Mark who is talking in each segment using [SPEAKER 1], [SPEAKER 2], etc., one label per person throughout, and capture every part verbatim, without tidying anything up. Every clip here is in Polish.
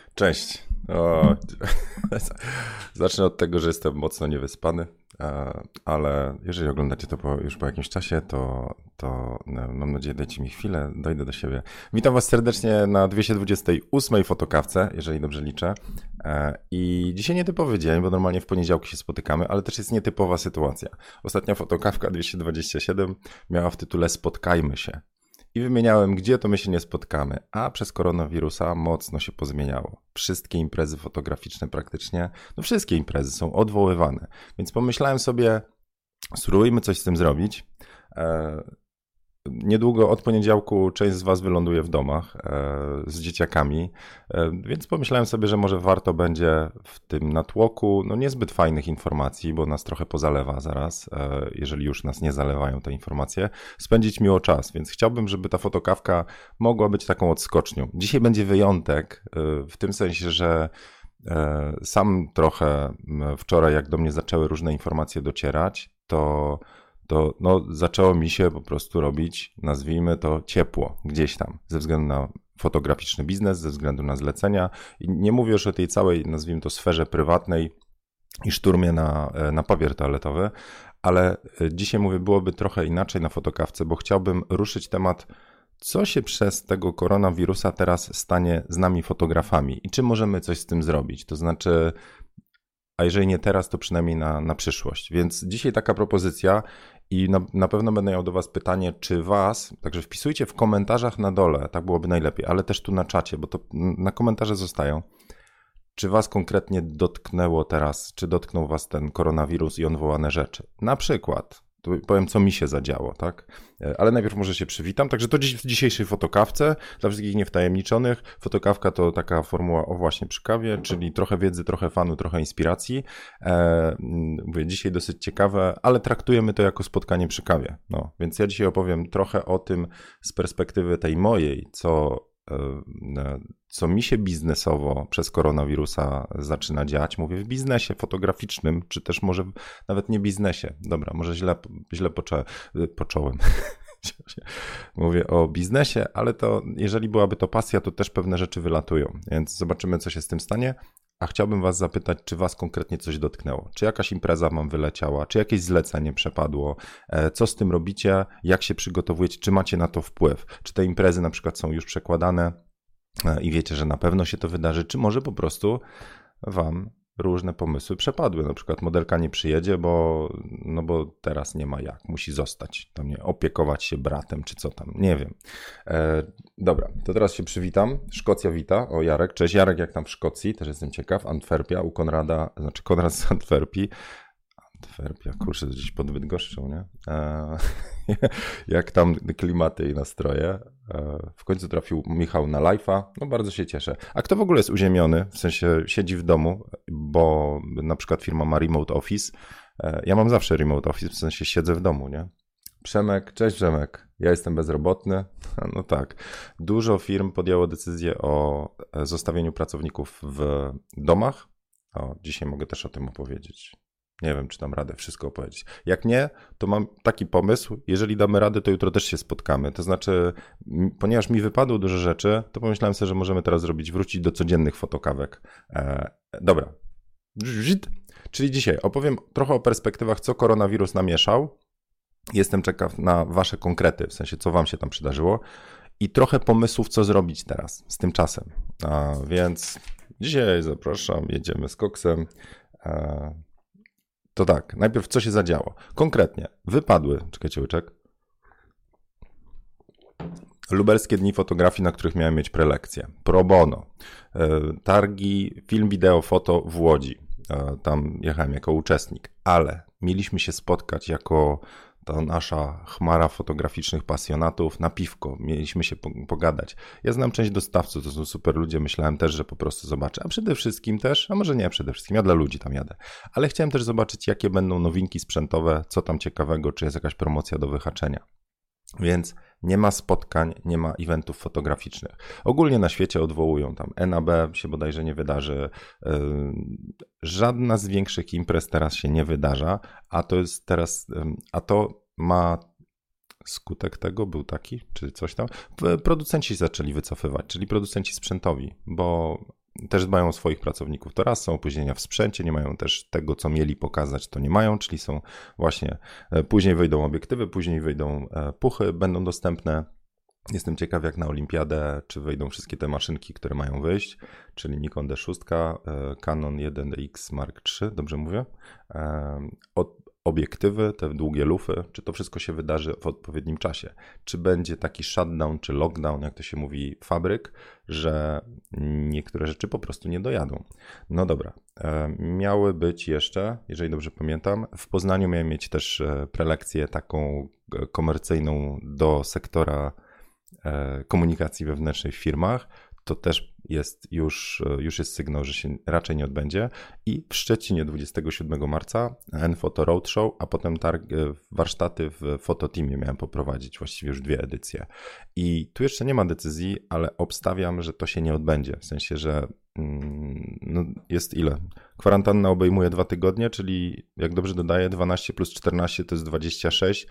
[SPEAKER 1] Cześć. O, zacznę od tego, że jestem mocno niewyspany, ale jeżeli oglądacie to po, już po jakimś czasie, to, to mam nadzieję, dajcie mi chwilę, dojdę do siebie. Witam Was serdecznie na dwieście dwudziestej ósmej fotokawce, jeżeli dobrze liczę. I dzisiaj nietypowy dzień, bo normalnie w poniedziałki się spotykamy, ale też jest nietypowa sytuacja. Ostatnia fotokawka dwieście dwadzieścia siedem miała w tytule Spotkajmy się. I wymieniałem, gdzie to my się nie spotkamy, a przez koronawirusa mocno się pozmieniało. Wszystkie imprezy fotograficzne praktycznie, no wszystkie imprezy są odwoływane. Więc pomyślałem sobie, spróbujmy coś z tym zrobić. Niedługo od poniedziałku część z Was wyląduje w domach e, z dzieciakami, e, więc pomyślałem sobie, że może warto będzie w tym natłoku no niezbyt fajnych informacji, bo nas trochę pozalewa zaraz, e, jeżeli już nas nie zalewają te informacje, spędzić miło czas, więc chciałbym, żeby ta fotokawka mogła być taką odskocznią. Dzisiaj będzie wyjątek e, w tym sensie, że e, sam trochę wczoraj, jak do mnie zaczęły różne informacje docierać, to to no, zaczęło mi się po prostu robić, nazwijmy to, ciepło gdzieś tam, ze względu na fotograficzny biznes, ze względu na zlecenia. I nie mówię już o tej całej, nazwijmy to, sferze prywatnej i szturmie na, na papier toaletowy, ale dzisiaj mówię, byłoby trochę inaczej na fotokawce, bo chciałbym ruszyć temat, co się przez tego koronawirusa teraz stanie z nami fotografami i czy możemy coś z tym zrobić. To znaczy, a jeżeli nie teraz, to przynajmniej na, na przyszłość. Więc dzisiaj taka propozycja i na, na pewno będę miał do Was pytanie, czy Was, także wpisujcie w komentarzach na dole, tak byłoby najlepiej, ale też tu na czacie, bo to na komentarze zostają. Czy Was konkretnie dotknęło teraz, czy dotknął Was ten koronawirus i odwołane rzeczy? Na przykład, to powiem, co mi się zadziało, tak? Ale najpierw może się przywitam. Także to dziś w dzisiejszej fotokawce, dla wszystkich niewtajemniczonych. Fotokawka to taka formuła o właśnie przy kawie, czyli trochę wiedzy, trochę fanu, trochę inspiracji. E, mówię, dzisiaj dosyć ciekawe, ale traktujemy to jako spotkanie przy kawie. No, więc ja dzisiaj opowiem trochę o tym z perspektywy tej mojej, co co mi się biznesowo przez koronawirusa zaczyna dziać. Mówię w biznesie fotograficznym, czy też może nawet nie biznesie. Dobra, może źle, źle począ, począłem. Mówię o biznesie, ale to jeżeli byłaby to pasja, to też pewne rzeczy wylatują, więc zobaczymy, co się z tym stanie. A chciałbym Was zapytać, czy Was konkretnie coś dotknęło? Czy jakaś impreza Wam wyleciała? Czy jakieś zlecenie przepadło? Co z tym robicie? Jak się przygotowujecie? Czy macie na to wpływ? Czy te imprezy na przykład są już przekładane i wiecie, że na pewno się to wydarzy? Czy może po prostu Wam różne pomysły przepadły? Na przykład modelka nie przyjedzie, bo, no bo teraz nie ma jak. Musi zostać. Tam nie opiekować się bratem, czy co tam. Nie wiem. E, dobra, to teraz się przywitam. Szkocja wita. O, Jarek. Cześć Jarek, jak tam w Szkocji? Też jestem ciekaw. Antwerpia u Konrada, znaczy Konrad z Antwerpii. Antwerpia, kurczę, gdzieś pod Bydgoszczą, nie? E, jak tam klimaty i nastroje. E, w końcu trafił Michał na live'a, no bardzo się cieszę. A kto w ogóle jest uziemiony, w sensie siedzi w domu, bo na przykład firma ma remote office. E, ja mam zawsze remote office, w sensie siedzę w domu, nie? Przemek, cześć Przemek, ja jestem bezrobotny. No tak, dużo firm podjęło decyzję o zostawieniu pracowników w domach. O, dzisiaj mogę też o tym opowiedzieć. Nie wiem, czy dam radę wszystko opowiedzieć. Jak nie, to mam taki pomysł, jeżeli damy radę, to jutro też się spotkamy. To znaczy, ponieważ mi wypadło dużo rzeczy, to pomyślałem sobie, że możemy teraz zrobić, wrócić do codziennych fotokawek. E, dobra. Czyli dzisiaj opowiem trochę o perspektywach, co koronawirus namieszał. Jestem ciekaw na Wasze konkrety, w sensie, co Wam się tam przydarzyło. I trochę pomysłów, co zrobić teraz z tym czasem. A więc dzisiaj zapraszam, jedziemy z koksem. E, To tak, najpierw co się zadziało? Konkretnie, wypadły, czekajcie łyczek, lubelskie dni fotografii, na których miałem mieć prelekcję. Pro bono. Targi, film, wideo, foto w Łodzi. Tam jechałem jako uczestnik, ale mieliśmy się spotkać jako ta nasza chmara fotograficznych pasjonatów na piwko. Mieliśmy się pogadać. Ja znam część dostawców, to są super ludzie. Myślałem też, że po prostu zobaczę. A przede wszystkim też, a może nie przede wszystkim, ja dla ludzi tam jadę. Ale chciałem też zobaczyć, jakie będą nowinki sprzętowe, co tam ciekawego, czy jest jakaś promocja do wyhaczenia. Więc nie ma spotkań, nie ma eventów fotograficznych. Ogólnie na świecie odwołują tam N A B, się bodajże nie wydarzy. Żadna z większych imprez teraz się nie wydarza, a to jest teraz, a to ma skutek tego był taki, czy coś tam. Producenci zaczęli wycofywać, czyli producenci sprzętowi, bo też dbają o swoich pracowników. To raz są opóźnienia w sprzęcie, nie mają też tego, co mieli pokazać, to nie mają, czyli są właśnie, później wyjdą obiektywy, później wyjdą puchy, będą dostępne. Jestem ciekaw, jak na olimpiadę, czy wyjdą wszystkie te maszynki, które mają wyjść, czyli Nikon D sześć, Canon jeden X Mark trzy, dobrze mówię? Od obiektywy, te długie lufy, czy to wszystko się wydarzy w odpowiednim czasie? Czy będzie taki shutdown, czy lockdown, jak to się mówi, fabryk, że niektóre rzeczy po prostu nie dojadą? No dobra, miały być jeszcze, jeżeli dobrze pamiętam, w Poznaniu miałem mieć też prelekcję taką komercyjną do sektora komunikacji wewnętrznej w firmach. To też jest już, już jest sygnał, że się raczej nie odbędzie. I w Szczecinie dwudziestego siódmego marca N-Photo Roadshow, a potem targ, warsztaty w Fototeamie miałem poprowadzić, właściwie już dwie edycje. I tu jeszcze nie ma decyzji, ale obstawiam, że to się nie odbędzie. W sensie, że mm, no jest ile? Kwarantanna obejmuje dwa tygodnie, czyli jak dobrze dodaję, dwanaście plus czternaście to jest dwadzieścia sześć,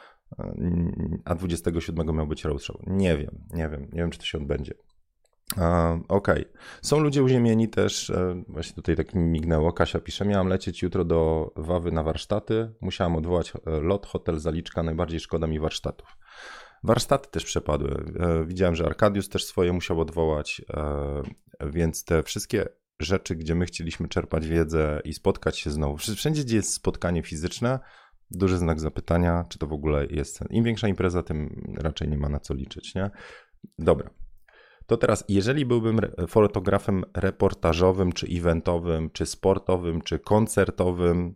[SPEAKER 1] a dwudziestego siódmego miał być roadshow. Nie wiem, nie wiem, nie wiem, czy to się odbędzie. Okej. Okay. Są ludzie uziemieni też, właśnie tutaj tak mi mignęło, Kasia pisze, miałam lecieć jutro do Wawy na warsztaty, musiałam odwołać lot, hotel, zaliczka, najbardziej szkoda mi warsztatów. Warsztaty też przepadły. Widziałem, że Arkadiusz też swoje musiał odwołać, więc te wszystkie rzeczy, gdzie my chcieliśmy czerpać wiedzę i spotkać się znowu, wszędzie, gdzie jest spotkanie fizyczne, duży znak zapytania, czy to w ogóle jest. Im większa impreza, tym raczej nie ma na co liczyć, nie? Dobra. To teraz, jeżeli byłbym fotografem reportażowym, czy eventowym, czy sportowym, czy koncertowym,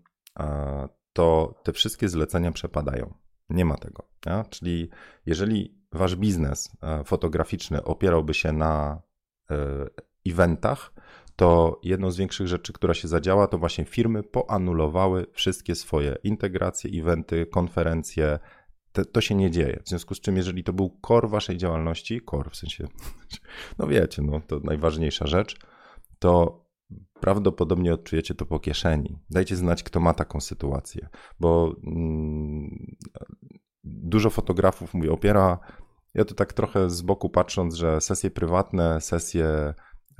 [SPEAKER 1] to te wszystkie zlecenia przepadają. Nie ma tego. Ja? Czyli jeżeli wasz biznes fotograficzny opierałby się na eventach, to jedną z większych rzeczy, która się zadziała, to właśnie firmy poanulowały wszystkie swoje integracje, eventy, konferencje. To, to się nie dzieje. W związku z czym, jeżeli to był core waszej działalności, core w sensie, no wiecie, no to najważniejsza rzecz, to prawdopodobnie odczujecie to po kieszeni. Dajcie znać, kto ma taką sytuację, bo mm, dużo fotografów, mówię, opiera, ja to tak trochę z boku patrząc, że sesje prywatne, sesje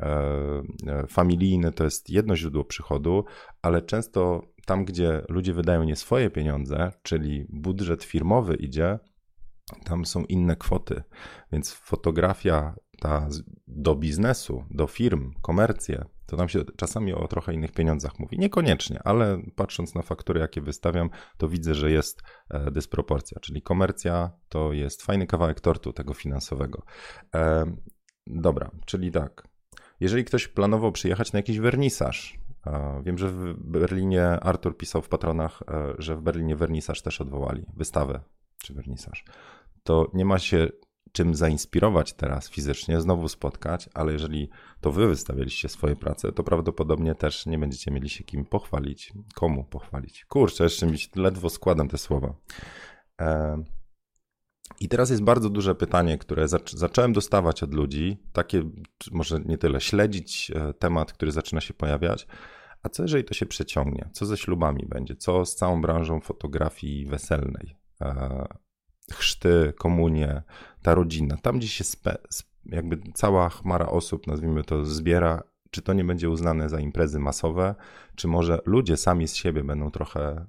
[SPEAKER 1] familijne to jest jedno źródło przychodu, ale często tam, gdzie ludzie wydają nie swoje pieniądze, czyli budżet firmowy idzie, tam są inne kwoty, więc fotografia ta do biznesu, do firm, komercje, to tam się czasami o trochę innych pieniądzach mówi. Niekoniecznie, ale patrząc na faktury, jakie wystawiam, to widzę, że jest dysproporcja, czyli komercja to jest fajny kawałek tortu tego finansowego. E, dobra, czyli tak. Jeżeli ktoś planował przyjechać na jakiś wernisaż, wiem, że w Berlinie Artur pisał w Patronach, że w Berlinie wernisaż też odwołali, wystawę czy wernisaż, to nie ma się czym zainspirować teraz fizycznie, znowu spotkać, ale jeżeli to wy wystawialiście swoje prace, to prawdopodobnie też nie będziecie mieli się kim pochwalić, komu pochwalić. Kurczę, jeszcze mi ledwo składam te słowa. I teraz jest bardzo duże pytanie, które zac- zacząłem dostawać od ludzi, takie może nie tyle śledzić temat, który zaczyna się pojawiać, a co jeżeli to się przeciągnie? Co ze ślubami będzie? Co z całą branżą fotografii weselnej? Chrzty, komunie, ta rodzina, tam gdzie się spe- jakby cała chmara osób, nazwijmy to, zbiera, czy to nie będzie uznane za imprezy masowe, czy może ludzie sami z siebie będą trochę...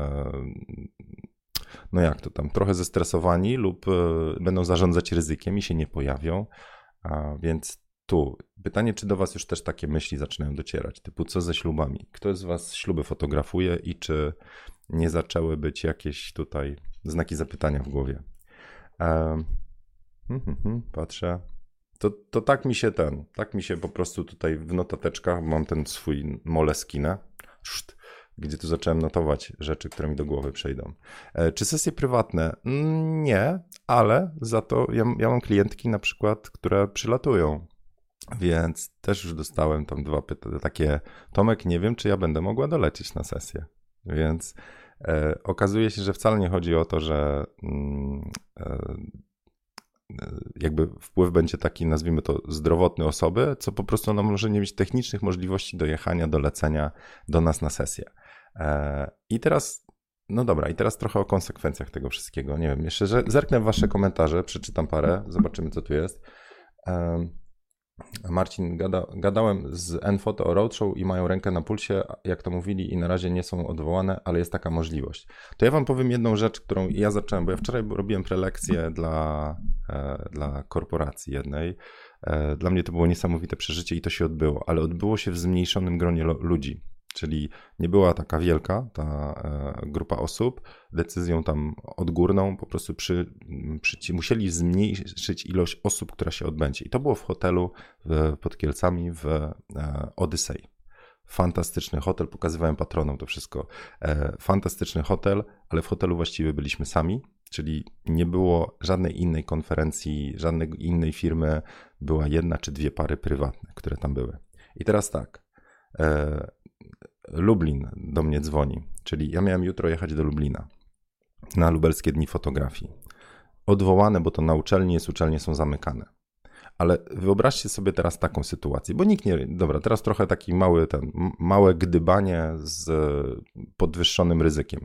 [SPEAKER 1] no jak to tam, trochę zestresowani lub będą zarządzać ryzykiem i się nie pojawią, a więc tu pytanie, czy do was już też takie myśli zaczynają docierać, typu co ze ślubami? Kto z was śluby fotografuje i czy nie zaczęły być jakieś tutaj znaki zapytania w głowie? Um, hmm, hmm, patrzę. To, to tak mi się ten, tak mi się po prostu tutaj w notateczkach, mam ten swój Moleskine, gdzie tu zacząłem notować rzeczy, które mi do głowy przejdą. E, czy sesje prywatne? Nie, ale za to ja, ja mam klientki na przykład, które przylatują, więc też już dostałem tam dwa pytania, takie Tomek, nie wiem, czy ja będę mogła dolecieć na sesję, więc e, okazuje się, że wcale nie chodzi o to, że mm, e, jakby wpływ będzie taki, nazwijmy to, zdrowotny osoby, co po prostu ona może nie mieć technicznych możliwości dojechania, dolecenia do nas na sesję. I teraz, no dobra, i teraz trochę o konsekwencjach tego wszystkiego. Nie wiem, jeszcze zerknę w wasze komentarze, przeczytam parę, zobaczymy, co tu jest. Marcin, gada, gadałem z Enfoto o roadshow i mają rękę na pulsie, jak to mówili, i na razie nie są odwołane, ale jest taka możliwość. To ja wam powiem jedną rzecz, którą ja zacząłem, bo ja wczoraj robiłem prelekcję dla, e, dla korporacji jednej. E, dla mnie to było niesamowite przeżycie i to się odbyło, ale odbyło się w zmniejszonym gronie lo- ludzi. Czyli nie była taka wielka ta e, grupa osób, decyzją tam odgórną po prostu przy, przy, musieli zmniejszyć ilość osób, która się odbędzie. I to było w hotelu w, pod Kielcami w e, Odyssey. Fantastyczny hotel, pokazywałem patronom to wszystko. E, fantastyczny hotel, ale w hotelu właściwie byliśmy sami, czyli nie było żadnej innej konferencji, żadnej innej firmy, była jedna czy dwie pary prywatne, które tam były. I teraz tak, e, Lublin do mnie dzwoni, czyli ja miałem jutro jechać do Lublina na Lubelskie Dni Fotografii. Odwołane, bo to na uczelni jest, uczelnie są zamykane. Ale wyobraźcie sobie teraz taką sytuację, bo nikt nie... Dobra, teraz trochę taki mały, ten, małe gdybanie z podwyższonym ryzykiem.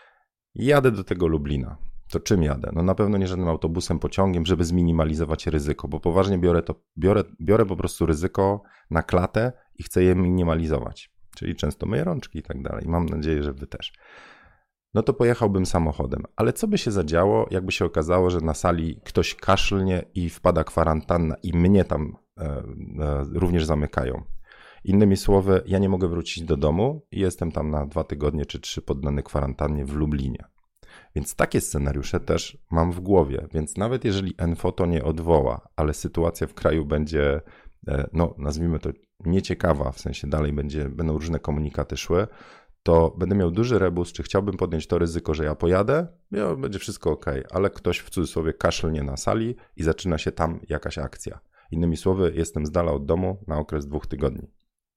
[SPEAKER 1] Jadę do tego Lublina. To czym jadę? No na pewno nie żadnym autobusem, pociągiem, żeby zminimalizować ryzyko, bo poważnie biorę to, biorę, biorę po prostu ryzyko na klatę i chcę je minimalizować. Czyli często myję rączki i tak dalej. Mam nadzieję, że wy też. No to pojechałbym samochodem. Ale co by się zadziało, jakby się okazało, że na sali ktoś kaszlnie i wpada kwarantanna i mnie tam e, e, również zamykają. Innymi słowy, ja nie mogę wrócić do domu i jestem tam na dwa tygodnie czy trzy poddany kwarantannie w Lublinie. Więc takie scenariusze też mam w głowie. Więc nawet jeżeli Enfoto nie odwoła, ale sytuacja w kraju będzie, no nazwijmy to nieciekawa, w sensie dalej będzie, będą różne komunikaty szły, to będę miał duży rebus, czy chciałbym podjąć to ryzyko, że ja pojadę, no, będzie wszystko ok, ale ktoś w cudzysłowie kaszlnie na sali i zaczyna się tam jakaś akcja. Innymi słowy, jestem z dala od domu na okres dwóch tygodni.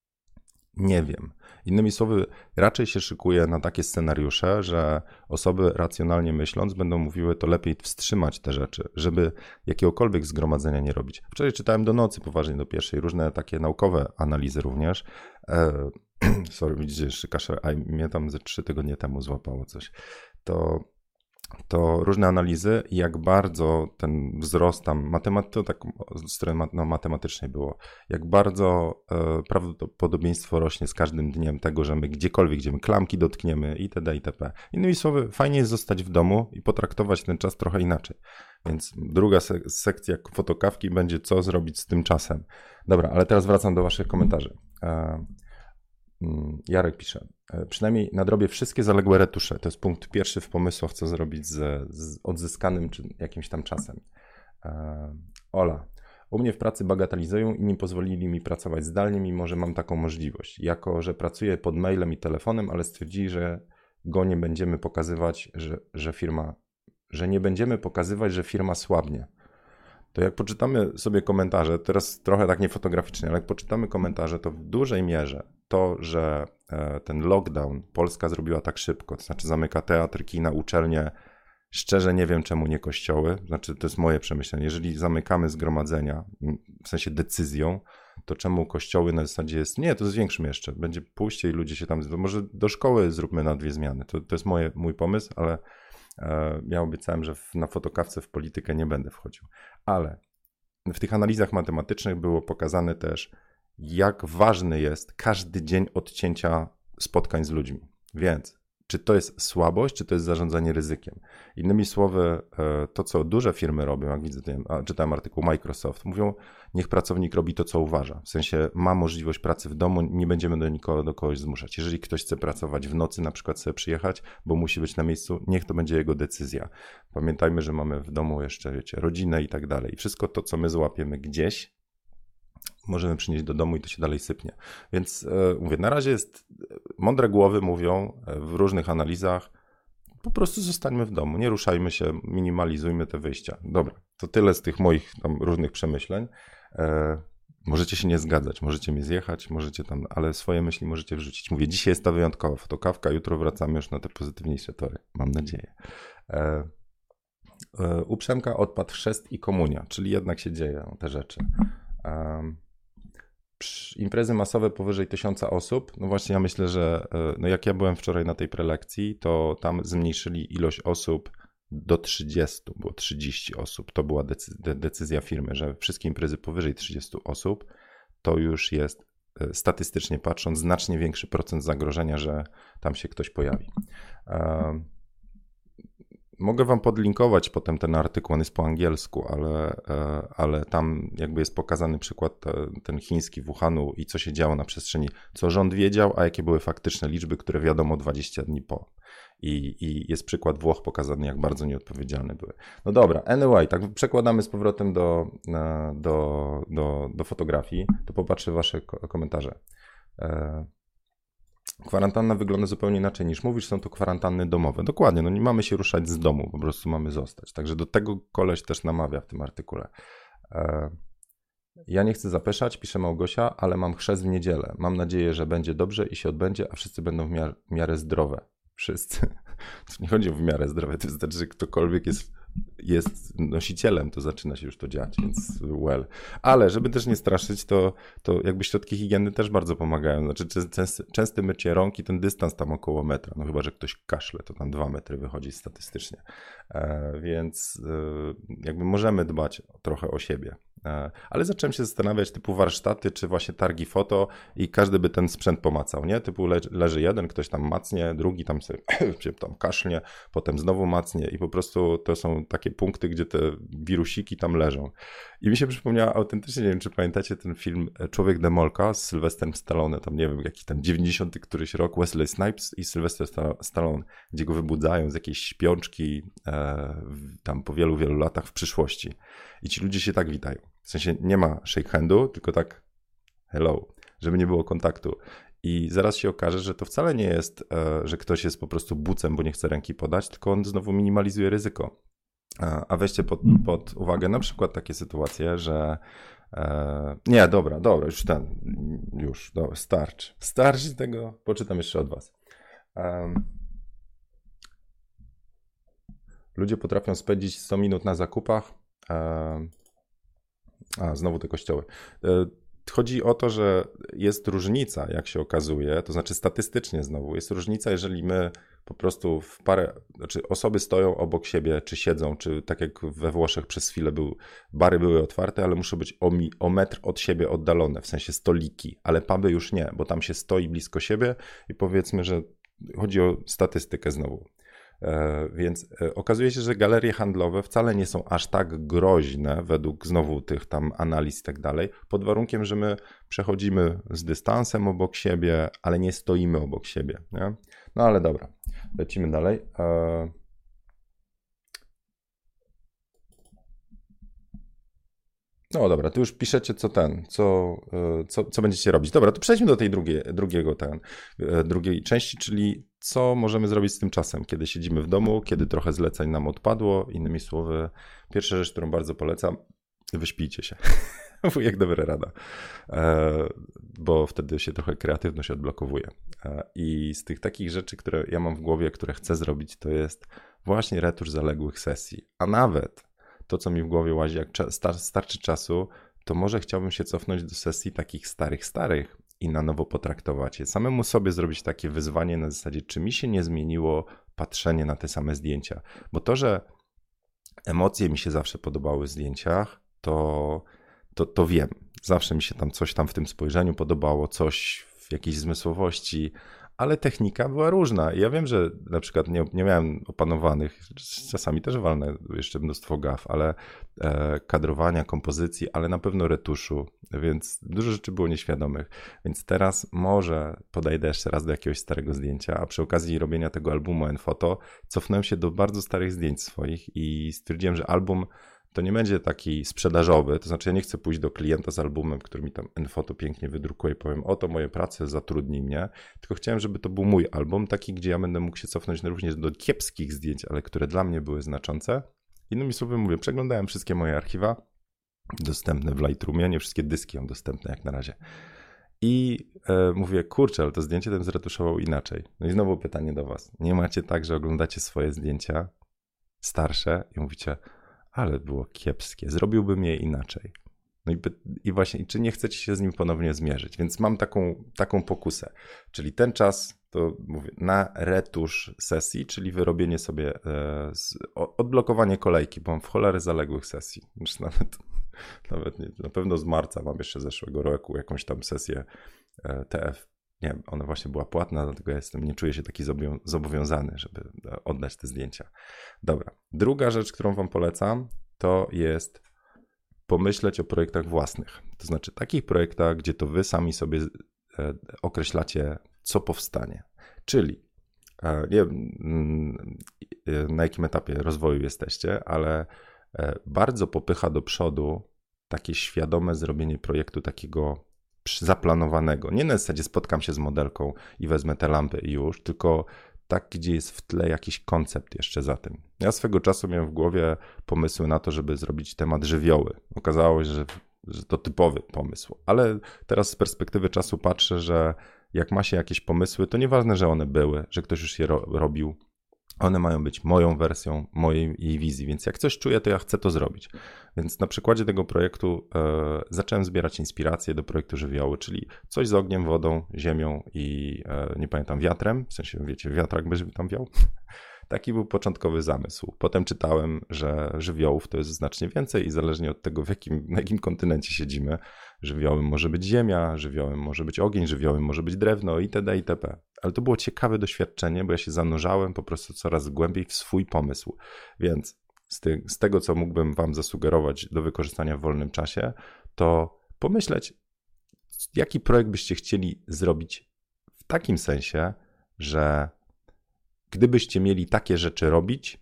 [SPEAKER 1] Nie wiem. Innymi słowy, raczej się szykuję na takie scenariusze, że osoby racjonalnie myśląc będą mówiły, to lepiej wstrzymać te rzeczy, żeby jakiegokolwiek zgromadzenia nie robić. Wczoraj czytałem do nocy, poważnie do pierwszej, różne takie naukowe analizy również. E, sorry, widzicie, jeszcze kaszel, a mnie tam ze trzy tygodnie temu złapało coś. To... to różne analizy, jak bardzo ten wzrost tam, matematy, to tak z strony no, matematycznej było, jak bardzo e, prawdopodobieństwo rośnie z każdym dniem tego, że my gdziekolwiek, gdzie my klamki dotkniemy itd. itp. Innymi słowy, fajnie jest zostać w domu i potraktować ten czas trochę inaczej. Więc druga sek- sekcja fotokawki będzie, co zrobić z tym czasem. Dobra, ale teraz wracam do waszych komentarzy. E, Jarek pisze, przynajmniej nadrobię wszystkie zaległe retusze. To jest punkt pierwszy w pomysłach, co zrobić z, z odzyskanym czy jakimś tam czasem. E, Ola, u mnie w pracy bagatelizują i nie pozwolili mi pracować zdalnie, mimo że mam taką możliwość. Jako, że pracuję pod mailem i telefonem, ale stwierdzili, że go nie będziemy pokazywać, że, że firma, że nie będziemy pokazywać, że firma słabnie. To jak poczytamy sobie komentarze, teraz trochę tak niefotograficznie, ale jak poczytamy komentarze, to w dużej mierze to, że ten lockdown Polska zrobiła tak szybko, to znaczy zamyka teatr, kina, uczelnie, szczerze nie wiem czemu nie kościoły, znaczy to jest moje przemyślenie, jeżeli zamykamy zgromadzenia, w sensie decyzją, to czemu kościoły na zasadzie jest, nie, to zwiększmy jeszcze, będzie pójście i ludzie się tam, może do szkoły zróbmy na dwie zmiany, to, to jest moje, mój pomysł, ale ja obiecałem, że na fotokawce w politykę nie będę wchodził. Ale w tych analizach matematycznych było pokazane też, jak ważny jest każdy dzień odcięcia spotkań z ludźmi. Więc czy to jest słabość, czy to jest zarządzanie ryzykiem? Innymi słowy, to co duże firmy robią, jak widzę, czytałem artykuł Microsoft, mówią, niech pracownik robi to, co uważa. W sensie ma możliwość pracy w domu, nie będziemy do nikogo, do kogoś zmuszać. Jeżeli ktoś chce pracować w nocy, na przykład sobie przyjechać, bo musi być na miejscu, niech to będzie jego decyzja. Pamiętajmy, że mamy w domu jeszcze, wiecie, rodzinę i tak dalej. I wszystko to, co my złapiemy gdzieś, możemy przynieść do domu i to się dalej sypnie. Więc e, mówię, na razie jest, mądre głowy mówią w różnych analizach, po prostu zostańmy w domu, nie ruszajmy się, minimalizujmy te wyjścia. Dobra, to tyle z tych moich tam różnych przemyśleń. E, możecie się nie zgadzać, możecie mnie zjechać, możecie tam, ale swoje myśli możecie wrzucić. Mówię, dzisiaj jest ta wyjątkowa fotokawka, jutro wracamy już na te pozytywniejsze tory, mam nadzieję. E, e, u Przemka odpadł chrzest i komunia, czyli jednak się dzieją te rzeczy. Um, imprezy masowe powyżej tysiąca osób, no właśnie ja myślę, że no jak ja byłem wczoraj na tej prelekcji, to tam zmniejszyli ilość osób do trzydziestu, było trzydzieści osób. To była decy- decyzja firmy, że wszystkie imprezy powyżej trzydziestu osób to już jest statystycznie patrząc znacznie większy procent zagrożenia, że tam się ktoś pojawi. Mogę wam podlinkować potem ten artykuł, on jest po angielsku, ale, ale tam jakby jest pokazany przykład ten chiński Wuhanu i co się działo na przestrzeni, co rząd wiedział, a jakie były faktyczne liczby, które wiadomo dwadzieścia dni po. I, I jest przykład Włoch pokazany, jak bardzo nieodpowiedzialne były. No dobra, anyway, tak przekładamy z powrotem do, do, do, do fotografii, to popatrzę wasze komentarze. Kwarantanna wygląda zupełnie inaczej niż mówisz, są to kwarantanny domowe. Dokładnie, no nie mamy się ruszać z domu, po prostu mamy zostać. Także do tego koleś też namawia w tym artykule. Ja nie chcę zapeszać, pisze Małgosia, ale mam chrzest w niedzielę. Mam nadzieję, że będzie dobrze i się odbędzie, a wszyscy będą w miarę, w miarę zdrowe. Wszyscy. To nie chodzi o w miarę zdrowe, to znaczy, że ktokolwiek jest, jest nosicielem, to zaczyna się już to dziać, więc well. Ale żeby też nie straszyć, to, to jakby środki higieny też bardzo pomagają. Znaczy częste, częste mycie rąk i ten dystans tam około metra, no chyba, że ktoś kaszle, to tam dwa metry wychodzi statystycznie. E, więc e, jakby możemy dbać trochę o siebie. Ale zacząłem się zastanawiać, typu warsztaty, czy właśnie targi foto i każdy by ten sprzęt pomacał, nie? Typu le- leży jeden, ktoś tam macnie, drugi tam sobie tam kaszlnie, potem znowu macnie i po prostu to są takie punkty, gdzie te wirusiki tam leżą. I mi się przypomniała autentycznie, nie wiem, czy pamiętacie ten film Człowiek Demolka z Sylwestrem Stallone, tam nie wiem, jaki tam dziewięćdziesiąty któryś rok, Wesley Snipes i Sylwester Stallone, gdzie go wybudzają z jakiejś śpiączki e, tam po wielu, wielu latach w przyszłości. I ci ludzie się tak witają. W sensie nie ma shake handu, tylko tak hello, żeby nie było kontaktu. I zaraz się okaże, że to wcale nie jest, że ktoś jest po prostu bucem, bo nie chce ręki podać, tylko on znowu minimalizuje ryzyko. A weźcie pod, pod uwagę na przykład takie sytuacje, że nie, dobra, dobra, już ten, już, dobra, starczy. Starczy tego, poczytam jeszcze od was. Um, ludzie potrafią spędzić sto minut na zakupach. Um, A, znowu te kościoły. Chodzi o to, że jest różnica, jak się okazuje, to znaczy statystycznie znowu, jest różnica, jeżeli my po prostu w parę, znaczy osoby stoją obok siebie, czy siedzą, czy tak jak we Włoszech przez chwilę był, bary były otwarte, ale muszą być o, mi, o metr od siebie oddalone, w sensie stoliki, ale puby już nie, bo tam się stoi blisko siebie i powiedzmy, że chodzi o statystykę znowu. Więc okazuje się, że galerie handlowe wcale nie są aż tak groźne według znowu tych tam analiz i tak dalej, pod warunkiem, że my przechodzimy z dystansem obok siebie, ale nie stoimy obok siebie. Nie? No ale dobra, lecimy dalej. No dobra, to już piszecie co ten, co, co, co będziecie robić. Dobra, to przejdźmy do tej drugiej, drugiego ten, drugiej części, czyli co możemy zrobić z tym czasem, kiedy siedzimy w domu, kiedy trochę zleceń nam odpadło. Innymi słowy, pierwsza rzecz, którą bardzo polecam, wyśpijcie się. Jak dobra rada, bo wtedy się trochę kreatywność odblokowuje. I z tych takich rzeczy, które ja mam w głowie, które chcę zrobić, to jest właśnie retusz zaległych sesji, a nawet to, co mi w głowie łazi, jak star- starczy czasu, to może chciałbym się cofnąć do sesji takich starych, starych i na nowo potraktować je. Samemu sobie zrobić takie wyzwanie na zasadzie, czy mi się nie zmieniło patrzenie na te same zdjęcia. Bo to, że emocje mi się zawsze podobały w zdjęciach, to, to, to wiem. Zawsze mi się tam coś tam w tym spojrzeniu podobało, coś w jakiejś zmysłowości, ale technika była różna. Ja wiem, że na przykład nie, nie miałem opanowanych, czasami też walnę jeszcze mnóstwo gaf, ale e, kadrowania, kompozycji, ale na pewno retuszu, więc dużo rzeczy było nieświadomych. Więc teraz może podejdę jeszcze raz do jakiegoś starego zdjęcia, a przy okazji robienia tego albumu Enfoto cofnąłem się do bardzo starych zdjęć swoich i stwierdziłem, że album to nie będzie taki sprzedażowy, to znaczy ja nie chcę pójść do klienta z albumem, który mi tam Enfoto pięknie wydrukuje i powiem, oto moje prace, zatrudnij mnie, tylko chciałem, żeby to był mój album, taki, gdzie ja będę mógł się cofnąć również do kiepskich zdjęć, ale które dla mnie były znaczące. Innymi słowy mówię, przeglądałem wszystkie moje archiwa dostępne w Lightroomie, nie wszystkie dyski mam dostępne jak na razie. I e, mówię, kurczę, ale to zdjęcie ten zretuszował inaczej. No i znowu pytanie do was. Nie macie tak, że oglądacie swoje zdjęcia starsze i mówicie, ale było kiepskie, zrobiłbym je inaczej. No i, i właśnie, czy nie chcecie się z nim ponownie zmierzyć? Więc mam taką, taką pokusę, czyli ten czas to mówię, na retusz sesji, czyli wyrobienie sobie, e, z, o, odblokowanie kolejki, bo mam w cholerę zaległych sesji. Już nawet, nawet nie, na pewno z marca mam jeszcze zeszłego roku jakąś tam sesję e, T F. Nie wiem, ona właśnie była płatna, dlatego ja jestem, nie czuję się taki zobowiązany, żeby oddać te zdjęcia. Dobra. Druga rzecz, którą wam polecam, to jest pomyśleć o projektach własnych. To znaczy takich projektach, gdzie to wy sami sobie e, określacie, co powstanie. Czyli e, nie wiem, na jakim etapie rozwoju jesteście, ale e, bardzo popycha do przodu takie świadome zrobienie projektu takiego zaplanowanego. Nie na zasadzie spotkam się z modelką i wezmę te lampy i już, tylko tak, gdzie jest w tle jakiś koncept jeszcze za tym. Ja swego czasu miałem w głowie pomysły na to, żeby zrobić temat żywioły. Okazało się, że, że to typowy pomysł, ale teraz z perspektywy czasu patrzę, że jak ma się jakieś pomysły, to nieważne, że one były, że ktoś już je ro- robił, one mają być moją wersją, mojej jej wizji, więc jak coś czuję, to ja chcę to zrobić. Więc na przykładzie tego projektu e, zacząłem zbierać inspiracje do projektu żywioły, czyli coś z ogniem, wodą, ziemią i e, nie pamiętam, wiatrem, w sensie wiecie, wiatrak by tam wiał. Taki był początkowy zamysł. Potem czytałem, że żywiołów to jest znacznie więcej i zależnie od tego, w jakim, na jakim kontynencie siedzimy, żywiołem może być ziemia, żywiołem może być ogień, żywiołem może być drewno itd. itp. Ale to było ciekawe doświadczenie, bo ja się zanurzałem po prostu coraz głębiej w swój pomysł. Więc z, ty, z tego, co mógłbym wam zasugerować do wykorzystania w wolnym czasie, to pomyśleć, jaki projekt byście chcieli zrobić w takim sensie, że gdybyście mieli takie rzeczy robić,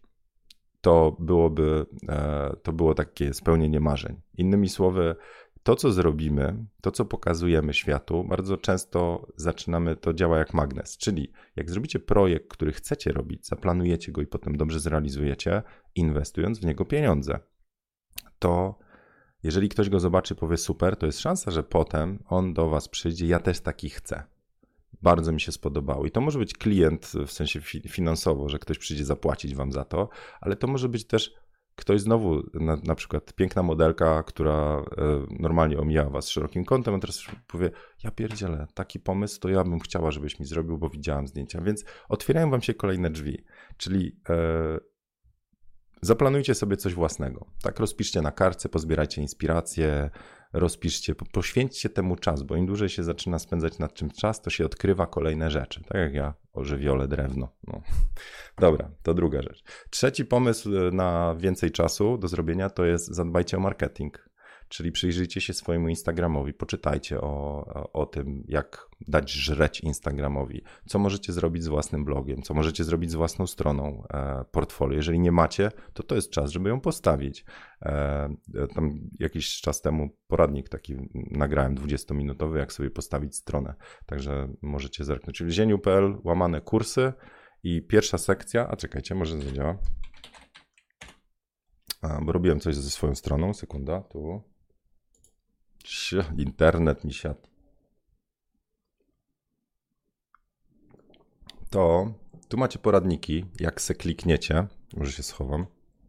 [SPEAKER 1] to byłoby, to było takie spełnienie marzeń. Innymi słowy, to co zrobimy, to co pokazujemy światu, bardzo często zaczynamy, to działa jak magnes, czyli jak zrobicie projekt, który chcecie robić, zaplanujecie go i potem dobrze zrealizujecie, inwestując w niego pieniądze, to jeżeli ktoś go zobaczy i powie super, to jest szansa, że potem on do was przyjdzie, ja też taki chcę. Bardzo mi się spodobało. I to może być klient w sensie fi- finansowo, że ktoś przyjdzie zapłacić wam za to, ale to może być też ktoś znowu, na, na przykład piękna modelka, która e, normalnie omija was szerokim kątem, a teraz powie, ja pierdzielę, taki pomysł, to ja bym chciała, żebyś mi zrobił, bo widziałam zdjęcia. Więc otwierają wam się kolejne drzwi. Czyli e, zaplanujcie sobie coś własnego. Tak, rozpiszcie na kartce, pozbierajcie inspiracje, rozpiszcie, poświęćcie temu czas, bo im dłużej się zaczyna spędzać nad czymś czas, to się odkrywa kolejne rzeczy. Tak jak ja o żywiole drewno. No. Dobra, to druga rzecz. Trzeci pomysł na więcej czasu do zrobienia to jest zadbajcie o marketing. Czyli przyjrzyjcie się swojemu Instagramowi, poczytajcie o, o, o tym, jak dać żreć Instagramowi, co możecie zrobić z własnym blogiem, co możecie zrobić z własną stroną e, portfolio. Jeżeli nie macie, to to jest czas, żeby ją postawić. E, tam jakiś czas temu poradnik taki nagrałem dwudziestominutowy, jak sobie postawić stronę, także możecie zerknąć. Czyli zieniu kropka p l łamane kursy i pierwsza sekcja, a czekajcie, może zadziała. A, bo robiłem coś ze swoją stroną, sekunda, tu. Internet mi siadł. To tu macie poradniki, jak se klikniecie, może się schowam,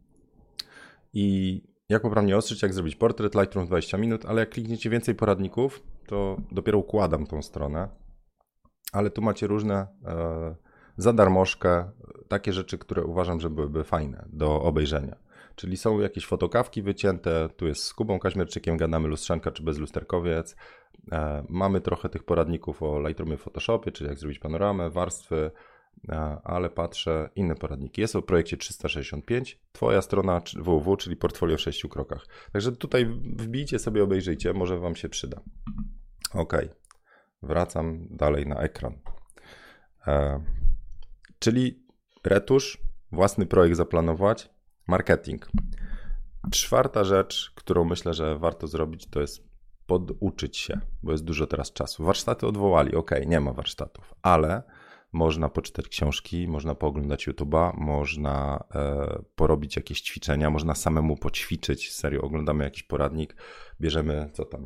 [SPEAKER 1] i jak poprawnie ostrzyć, jak zrobić portret, Lightroom dwadzieścia minut, ale jak klikniecie więcej poradników, to dopiero układam tą stronę, ale tu macie różne e, za darmożkę, takie rzeczy, które uważam, że byłyby fajne do obejrzenia. Czyli są jakieś fotokawki wycięte, tu jest z Kubą Kaźmierczykiem, gadamy lustrzanka czy bezlusterkowiec. E, mamy trochę tych poradników o Lightroomie w Photoshopie, czyli jak zrobić panoramę, warstwy, e, ale patrzę, inne poradniki. Jest o projekcie trzysta sześćdziesiąt pięć, twoja strona www, czyli portfolio w sześciu krokach. Także tutaj wbijcie sobie, obejrzyjcie, może wam się przyda. Ok, wracam dalej na ekran. E, czyli retusz, własny projekt zaplanować, marketing. Czwarta rzecz, którą myślę, że warto zrobić, to jest poduczyć się, bo jest dużo teraz czasu. Warsztaty odwołali, ok, nie ma warsztatów, ale można poczytać książki, można pooglądać YouTube'a, można e, porobić jakieś ćwiczenia, można samemu poćwiczyć. Serio, oglądamy jakiś poradnik, bierzemy, co tam,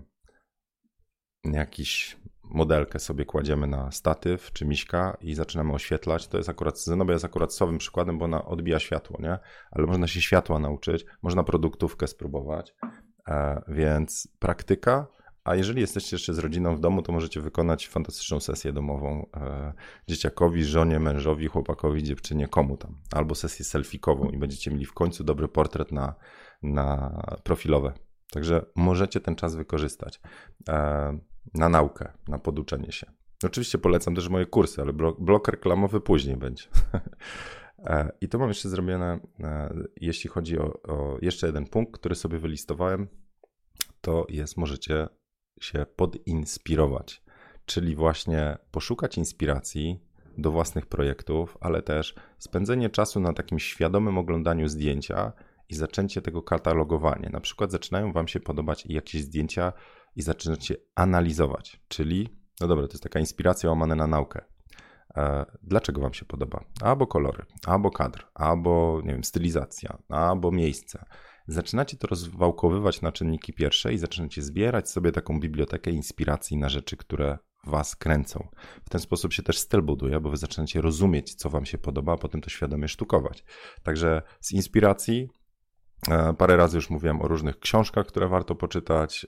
[SPEAKER 1] jakiś modelkę sobie kładziemy na statyw czy miśka i zaczynamy oświetlać. To jest akurat, Zenobia jest akurat słabym przykładem, bo ona odbija światło, nie? Ale można się światła nauczyć, można produktówkę spróbować, e, więc praktyka, A jeżeli jesteście jeszcze z rodziną w domu, to możecie wykonać fantastyczną sesję domową e, dzieciakowi, żonie, mężowi, chłopakowi, dziewczynie, komu tam. Albo sesję selfikową i będziecie mieli w końcu dobry portret na, na profilowe. Także możecie ten czas wykorzystać e, na naukę, na poduczenie się. Oczywiście polecam też moje kursy, ale blok, blok reklamowy później będzie. I to mam jeszcze zrobione, jeśli chodzi o, o jeszcze jeden punkt, który sobie wylistowałem, to jest, możecie się podinspirować, czyli właśnie poszukać inspiracji do własnych projektów, ale też spędzenie czasu na takim świadomym oglądaniu zdjęcia i zaczęcie tego katalogowania. Na przykład zaczynają wam się podobać jakieś zdjęcia i zaczynacie analizować, czyli, no dobra, to jest taka inspiracja łamane na naukę. Dlaczego wam się podoba? Albo kolory, albo kadr, albo nie wiem, stylizacja, albo miejsce. Zaczynacie to rozwałkowywać na czynniki pierwsze i zaczynacie zbierać sobie taką bibliotekę inspiracji na rzeczy, które was kręcą. W ten sposób się też styl buduje, bo wy zaczynacie rozumieć, co wam się podoba, a potem to świadomie sztukować. Także z inspiracji parę razy już mówiłem o różnych książkach, które warto poczytać.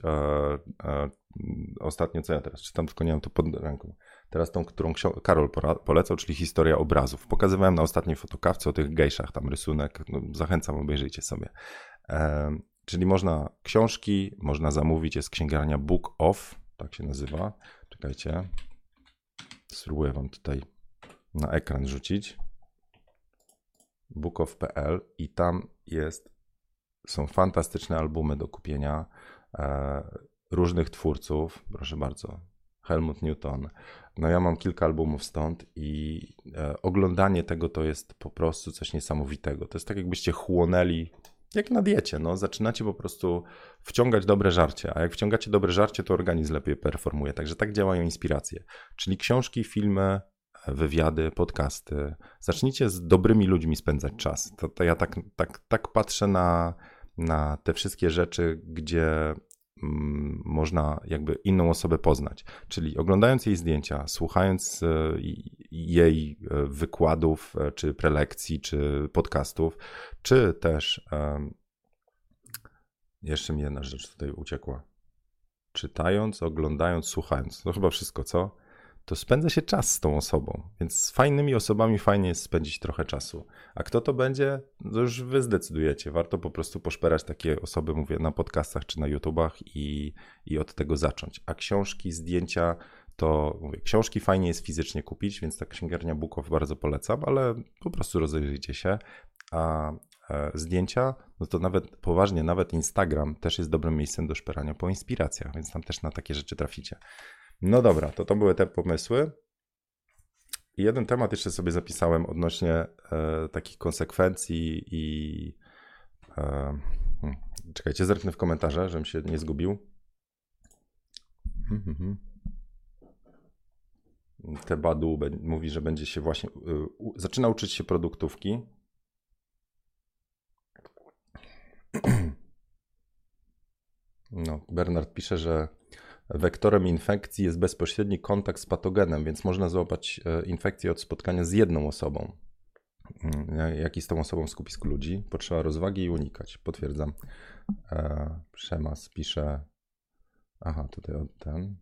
[SPEAKER 1] Ostatnio, co ja teraz czytam, tylko nie mam to pod ręką. Teraz tą, którą Karol polecał, czyli Historia obrazów. Pokazywałem na ostatniej fotokawce o tych gejszach, tam rysunek. No, zachęcam, obejrzyjcie sobie. E, czyli można książki, można zamówić, jest księgarnia Book Off, tak się nazywa. Czekajcie, spróbuję wam tutaj na ekran rzucić. bookoff kropka p l i tam jest, są fantastyczne albumy do kupienia e, różnych twórców, proszę bardzo. Helmut Newton. No ja mam kilka albumów stąd i e, oglądanie tego to jest po prostu coś niesamowitego. To jest tak, jakbyście chłonęli, jak na diecie, no. Zaczynacie po prostu wciągać dobre żarcie, a jak wciągacie dobre żarcie, to organizm lepiej performuje. Także tak działają inspiracje. Czyli książki, filmy, wywiady, podcasty. Zacznijcie z dobrymi ludźmi spędzać czas. To, to ja tak, tak, tak patrzę na, na te wszystkie rzeczy, gdzie można jakby inną osobę poznać. Czyli oglądając jej zdjęcia, słuchając jej wykładów, czy prelekcji, czy podcastów, czy też jeszcze mi jedna rzecz tutaj uciekła. Czytając, oglądając, słuchając. To chyba wszystko, co? To spędza się czas z tą osobą, więc z fajnymi osobami fajnie jest spędzić trochę czasu. A kto to będzie, to już wy zdecydujecie. Warto po prostu poszperać takie osoby, mówię, na podcastach czy na YouTubach i, i od tego zacząć. A książki, zdjęcia, to mówię, książki fajnie jest fizycznie kupić, więc ta księgarnia Book Off bardzo polecam, ale po prostu rozejrzyjcie się. A e, zdjęcia, no to nawet poważnie, nawet Instagram też jest dobrym miejscem do szperania po inspiracjach, więc tam też na takie rzeczy traficie. No dobra, to to były te pomysły. I jeden temat jeszcze sobie zapisałem odnośnie e, takich konsekwencji i e, hmm, czekajcie, zerknę w komentarze, żebym się nie zgubił. Hmm, hmm, hmm. Tebadu mówi, że będzie się właśnie, y, u, zaczyna uczyć się produktówki. No, Bernard pisze, że wektorem infekcji jest bezpośredni kontakt z patogenem, więc można złapać infekcję od spotkania z jedną osobą, jak i z tą osobą w skupisku ludzi. Potrzeba rozwagi i unikać. Potwierdzam. E, Przemas pisze... Aha, tutaj ten.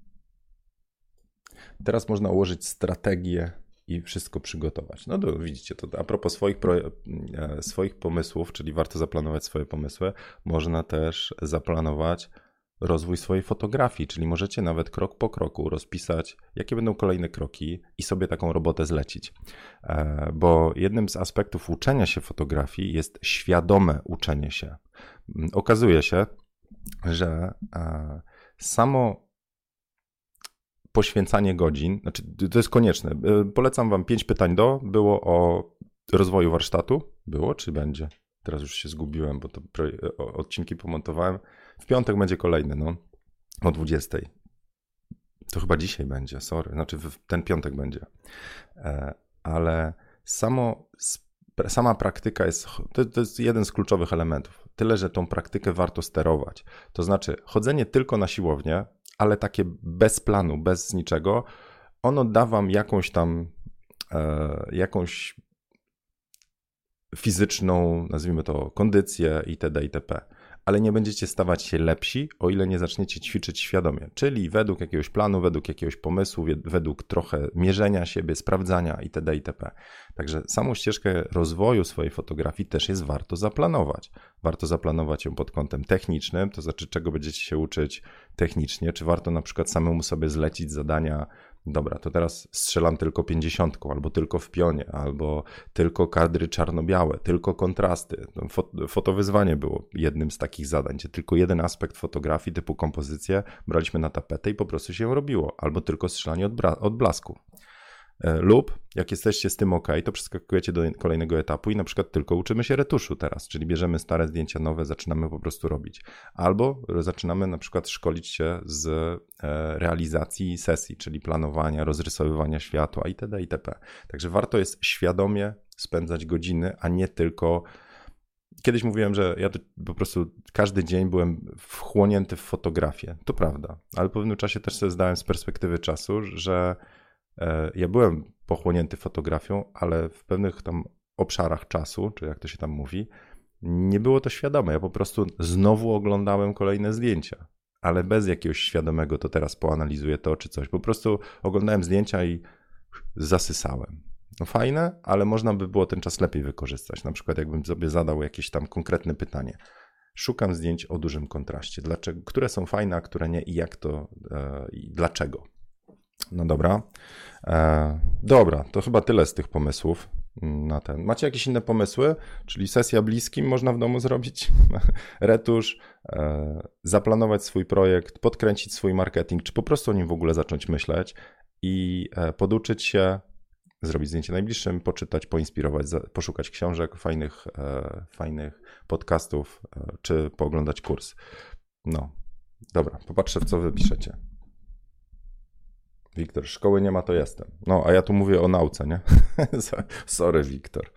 [SPEAKER 1] Teraz można ułożyć strategię i wszystko przygotować. No to widzicie, to a propos swoich, pro, swoich pomysłów, czyli warto zaplanować swoje pomysły, można też zaplanować rozwój swojej fotografii, czyli możecie nawet krok po kroku rozpisać, jakie będą kolejne kroki i sobie taką robotę zlecić. Bo jednym z aspektów uczenia się fotografii jest świadome uczenie się. Okazuje się, że samo poświęcanie godzin, znaczy to jest konieczne. Polecam wam pięć pytań do, było o rozwoju warsztatu, było czy będzie? Teraz już się zgubiłem, bo to odcinki pomontowałem. W piątek będzie kolejny, no, o dwudziestej. To chyba dzisiaj będzie, sorry, znaczy ten piątek będzie. Ale samo, sama praktyka jest, to, to jest jeden z kluczowych elementów. Tyle, że tą praktykę warto sterować. To znaczy chodzenie tylko na siłownię, ale takie bez planu, bez niczego, ono da wam jakąś tam, e, jakąś fizyczną, nazwijmy to, kondycję itd. itp. ale nie będziecie stawać się lepsi, o ile nie zaczniecie ćwiczyć świadomie, czyli według jakiegoś planu, według jakiegoś pomysłu, według trochę mierzenia siebie, sprawdzania itd. itp. Także samą ścieżkę rozwoju swojej fotografii też jest warto zaplanować. Warto zaplanować ją pod kątem technicznym, to znaczy czego będziecie się uczyć technicznie, czy warto na przykład samemu sobie zlecić zadania. Dobra, to teraz strzelam tylko pięćdziesiątką, albo tylko w pionie, albo tylko kadry czarno-białe, tylko kontrasty. Fotowyzwanie było jednym z takich zadań, gdzie tylko jeden aspekt fotografii typu kompozycję braliśmy na tapetę i po prostu się robiło, albo tylko strzelanie od, od blasku. Lub jak jesteście z tym ok, to przeskakujecie do kolejnego etapu i na przykład tylko uczymy się retuszu teraz, czyli bierzemy stare zdjęcia nowe, zaczynamy po prostu robić. Albo zaczynamy na przykład szkolić się z realizacji sesji, czyli planowania, rozrysowywania światła itd. itp. Także warto jest świadomie spędzać godziny, a nie tylko... Kiedyś mówiłem, że ja po prostu każdy dzień byłem wchłonięty w fotografię. To prawda, ale po pewnym czasie też sobie zdałem z perspektywy czasu, że ja byłem pochłonięty fotografią, ale w pewnych tam obszarach czasu, czy jak to się tam mówi, nie było to świadome. Ja po prostu znowu oglądałem kolejne zdjęcia, ale bez jakiegoś świadomego, to teraz poanalizuję to czy coś. Po prostu oglądałem zdjęcia i zasysałem. No fajne, ale można by było ten czas lepiej wykorzystać. Na przykład jakbym sobie zadał jakieś tam konkretne pytanie. Szukam zdjęć o dużym kontraście. Dlaczego? Które są fajne, a które nie i jak to e, i dlaczego? No dobra. E, dobra, to chyba tyle z tych pomysłów na ten. Macie jakieś inne pomysły? Czyli sesja bliskim można w domu zrobić? Retusz, e, zaplanować swój projekt, podkręcić swój marketing, czy po prostu o nim w ogóle zacząć myśleć i e, poduczyć się, zrobić zdjęcie najbliższym, poczytać, poinspirować, za, poszukać książek, fajnych, e, fajnych podcastów, e, czy pooglądać kurs. No, dobra, popatrzę, w co wy piszecie. Wiktor, szkoły nie ma, to jestem. No, a ja tu mówię o nauce, nie? Sorry, Wiktor.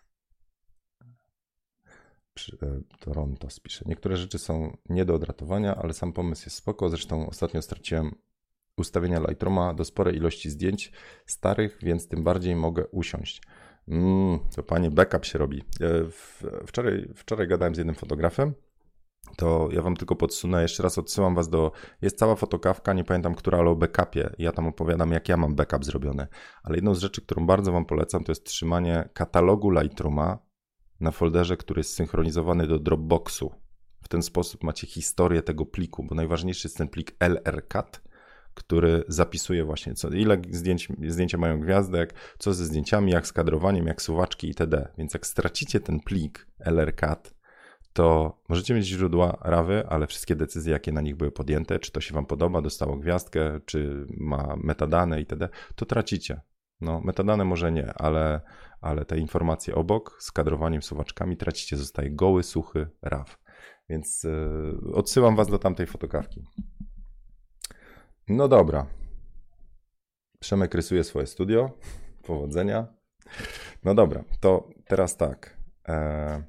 [SPEAKER 1] Toronto spisze. Niektóre rzeczy są nie do odratowania, ale sam pomysł jest spoko. Zresztą ostatnio straciłem ustawienia Lightrooma do sporej ilości zdjęć starych, więc tym bardziej mogę usiąść. Mm, to panie, backup się robi. Wczoraj, wczoraj gadałem z jednym fotografem. To ja wam tylko podsunę, jeszcze raz odsyłam was do, jest cała fotokawka, nie pamiętam która, ale o backupie. Ja tam opowiadam, jak ja mam backup zrobiony. Ale jedną z rzeczy, którą bardzo wam polecam, to jest trzymanie katalogu Lightrooma na folderze, który jest synchronizowany do Dropboxu. W ten sposób macie historię tego pliku, bo najważniejszy jest ten plik L R Cut, który zapisuje właśnie, co, ile zdjęć, zdjęcia mają gwiazdek, co ze zdjęciami, jak z kadrowaniem, jak suwaczki itd. Więc jak stracicie ten plik L R Cut, to możecie mieć źródła rawy, ale wszystkie decyzje, jakie na nich były podjęte, czy to się wam podoba, dostało gwiazdkę, czy ma metadane itd., to tracicie. No, metadane może nie, ale, ale te informacje obok z kadrowaniem suwaczkami tracicie, zostaje goły, suchy raw. Więc yy, odsyłam was do tamtej fotokawki. No dobra. Przemek rysuje swoje studio. Powodzenia. No dobra, to teraz tak. E...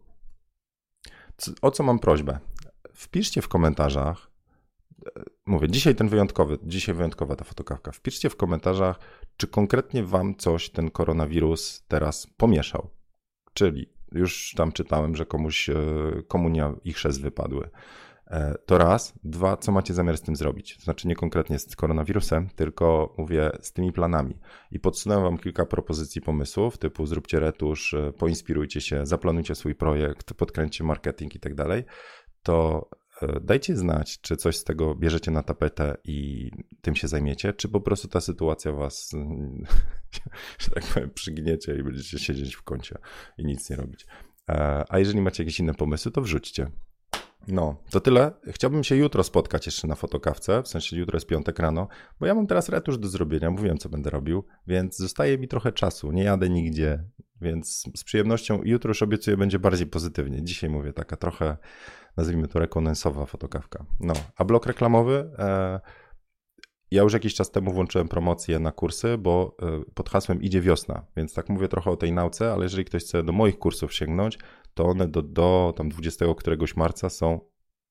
[SPEAKER 1] O co mam prośbę? Wpiszcie w komentarzach, mówię, dzisiaj ten wyjątkowy, dzisiaj wyjątkowa ta fotokawka, wpiszcie w komentarzach, czy konkretnie wam coś ten koronawirus teraz pomieszał. Czyli już tam czytałem, że komuś komunia i chrzest wypadły. To raz. Dwa, co macie zamiar z tym zrobić? To znaczy nie konkretnie z koronawirusem, tylko mówię z tymi planami. I podsunąłem wam kilka propozycji, pomysłów, typu zróbcie retusz, poinspirujcie się, zaplanujcie swój projekt, podkręćcie marketing i tak dalej. To dajcie znać, czy coś z tego bierzecie na tapetę i tym się zajmiecie, czy po prostu ta sytuacja was, że tak powiem, przygniecie i będziecie siedzieć w kącie i nic nie robić. A jeżeli macie jakieś inne pomysły, to wrzućcie. No, to tyle. Chciałbym się jutro spotkać jeszcze na fotokawce, w sensie jutro jest piątek rano, bo ja mam teraz retusz do zrobienia, mówiłem co będę robił, więc zostaje mi trochę czasu, nie jadę nigdzie, więc z przyjemnością jutro już obiecuję będzie bardziej pozytywnie. Dzisiaj mówię taka trochę, nazwijmy to rekondensowa fotokawka. No, a blok reklamowy, e, ja już jakiś czas temu włączyłem promocję na kursy, bo e, pod hasłem idzie wiosna, więc tak mówię trochę o tej nauce, ale jeżeli ktoś chce do moich kursów sięgnąć, to one do, do tam dwudziestego któregoś marca są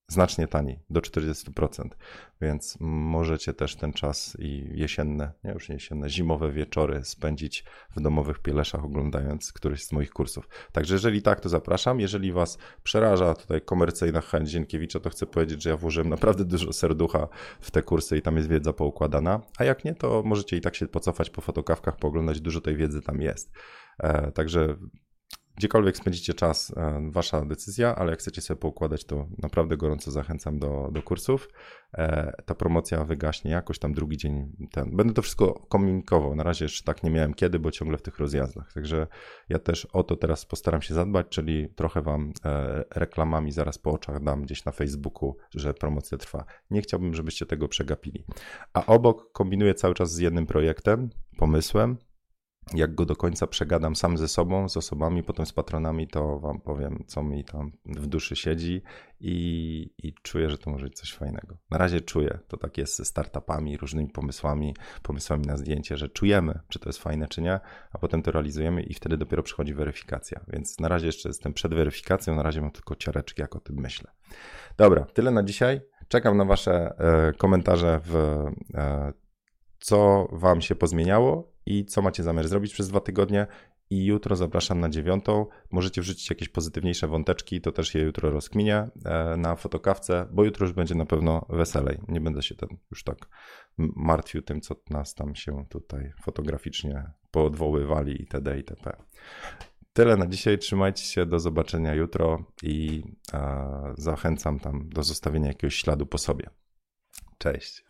[SPEAKER 1] znacznie taniej, do czterdzieści procent, więc możecie też ten czas i jesienne, nie już nie jesienne, zimowe wieczory spędzić w domowych pieleszach oglądając któryś z moich kursów. Także jeżeli tak, to zapraszam. Jeżeli was przeraża tutaj komercyjna chęć Zienkiewicza, to chcę powiedzieć, że ja włożyłem naprawdę dużo serducha w te kursy i tam jest wiedza poukładana, a jak nie, to możecie i tak się pocofać po fotokawkach, pooglądać, dużo tej wiedzy tam jest. E, także gdziekolwiek spędzicie czas, wasza decyzja, ale jak chcecie sobie poukładać, to naprawdę gorąco zachęcam do, do kursów. Ta promocja wygaśnie jakoś tam drugi dzień. Ten. Będę to wszystko komunikował. Na razie jeszcze tak nie miałem kiedy, bo ciągle w tych rozjazdach. Także ja też o to teraz postaram się zadbać, czyli trochę wam reklamami zaraz po oczach dam gdzieś na Facebooku, że promocja trwa. Nie chciałbym, żebyście tego przegapili. A obok kombinuję cały czas z jednym projektem, pomysłem. Jak go do końca przegadam sam ze sobą, z osobami, potem z patronami, to wam powiem, co mi tam w duszy siedzi i, i czuję, że to może być coś fajnego. Na razie czuję, to tak jest ze startupami, różnymi pomysłami, pomysłami na zdjęcie, że czujemy, czy to jest fajne, czy nie, a potem to realizujemy i wtedy dopiero przychodzi weryfikacja. Więc na razie jeszcze jestem przed weryfikacją, na razie mam tylko ciareczki, jak o tym myślę. Dobra, tyle na dzisiaj. Czekam na wasze e, komentarze w e, co wam się pozmieniało i co macie zamiar zrobić przez dwa tygodnie. I jutro zapraszam na dziewiątą. Możecie wrzucić jakieś pozytywniejsze wąteczki, to też je jutro rozkminię na fotokawce, bo jutro już będzie na pewno weselej. Nie będę się ten już tak martwił tym, co nas tam się tutaj fotograficznie poodwoływali itd. itp. Tyle na dzisiaj. Trzymajcie się, do zobaczenia jutro i zachęcam tam do zostawienia jakiegoś śladu po sobie. Cześć.